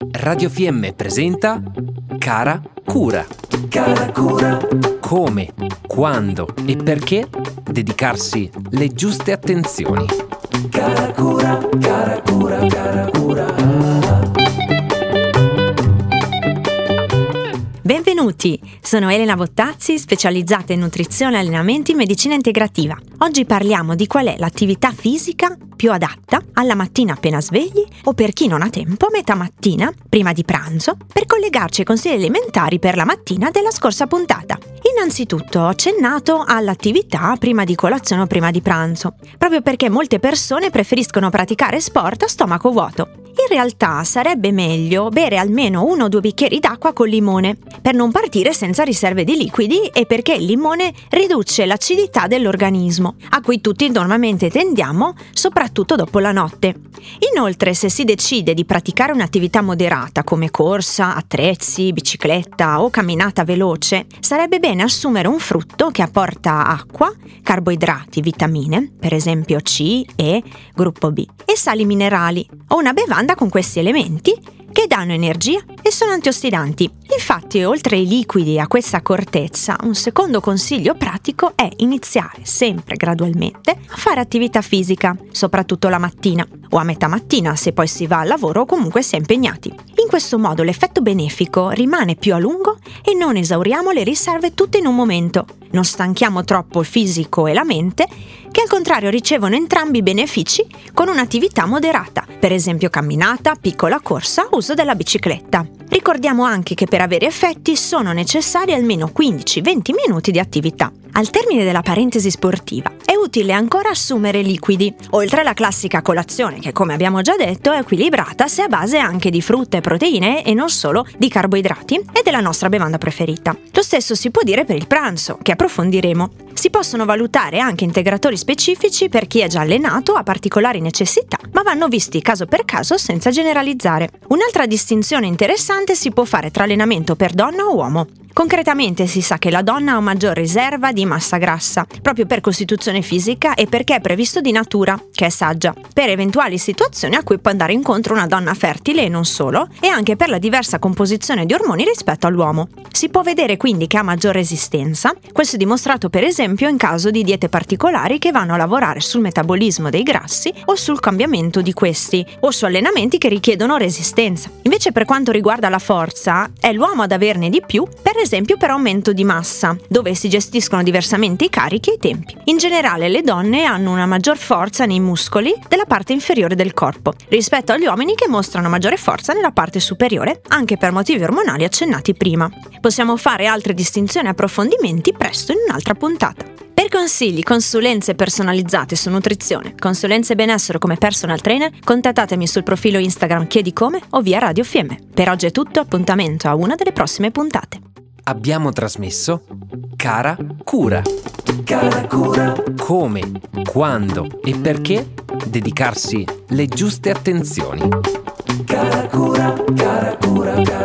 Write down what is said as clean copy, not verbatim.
Radio FM presenta Cara Cura. Cara Cura. Come, quando e perché dedicarsi le giuste attenzioni. Cara Cura, cara cura, cara cura. Benvenuti, sono Elena Bottazzi, specializzata in nutrizione, allenamenti e medicina integrativa. Oggi parliamo di qual è l'attività fisica più adatta alla mattina appena svegli o per chi non ha tempo a metà mattina, prima di pranzo, per collegarci ai consigli elementari per la mattina della scorsa puntata. Innanzitutto ho accennato all'attività prima di colazione o prima di pranzo, proprio perché molte persone preferiscono praticare sport a stomaco vuoto. In realtà sarebbe meglio bere almeno 1 o 2 bicchieri d'acqua con limone, per non partire senza riserve di liquidi e perché il limone riduce l'acidità dell'organismo, a cui tutti normalmente tendiamo, soprattutto dopo la notte. Inoltre, se si decide di praticare un'attività moderata come corsa, attrezzi, bicicletta o camminata veloce, sarebbe bene assumere un frutto che apporta acqua, carboidrati, vitamine, per esempio C, E, gruppo B, e sali minerali, o una bevanda con questi elementi che danno energia e sono antiossidanti. Infatti, oltre ai liquidi e a questa accortezza, un secondo consiglio pratico è iniziare sempre gradualmente a fare attività fisica, soprattutto la mattina o a metà mattina se poi si va al lavoro o comunque si è impegnati. In questo modo l'effetto benefico rimane più a lungo e non esauriamo le riserve tutte in un momento. Non stanchiamo troppo il fisico e la mente, che al contrario ricevono entrambi i benefici con un'attività moderata, per esempio camminata, piccola corsa, uso della bicicletta. Ricordiamo anche che per avere effetti sono necessari almeno 15-20 minuti di attività. Al termine della parentesi sportiva è utile ancora assumere liquidi, oltre alla classica colazione che, come abbiamo già detto, è equilibrata se a base anche di frutta e proteine e non solo di carboidrati e della nostra bevanda preferita. Lo stesso si può dire per il pranzo, che approfondiremo. Si possono valutare anche integratori specifici per chi è già allenato, ha particolari necessità, ma vanno visti caso per caso senza generalizzare. Un'altra distinzione interessante si può fare tra allenamento per donna o uomo. Concretamente si sa che la donna ha maggior riserva di massa grassa, proprio per costituzione fisica e perché è previsto di natura, che è saggia, per eventuali situazioni a cui può andare incontro una donna fertile e non solo, e anche per la diversa composizione di ormoni rispetto all'uomo. Si può vedere quindi che ha maggior resistenza, questo è dimostrato per esempio in caso di diete particolari che vanno a lavorare sul metabolismo dei grassi o sul cambiamento di questi, o su allenamenti che richiedono resistenza. Invece per quanto riguarda la forza, è l'uomo ad averne di più, per esempio per aumento di massa, dove si gestiscono diversamente i carichi e i tempi. In generale le donne hanno una maggior forza nei muscoli della parte inferiore del corpo, rispetto agli uomini che mostrano maggiore forza nella parte superiore, anche per motivi ormonali accennati prima. Possiamo fare altre distinzioni e approfondimenti presto in un'altra puntata. Per consigli, consulenze personalizzate su nutrizione, consulenze benessere come personal trainer, contattatemi sul profilo Instagram Chiedi Come o via Radio FM. Per oggi è tutto, appuntamento a una delle prossime puntate. Abbiamo trasmesso Cara Cura. Cara Cura. Come, quando e perché dedicarsi le giuste attenzioni. Cara Cura, cara cura, cara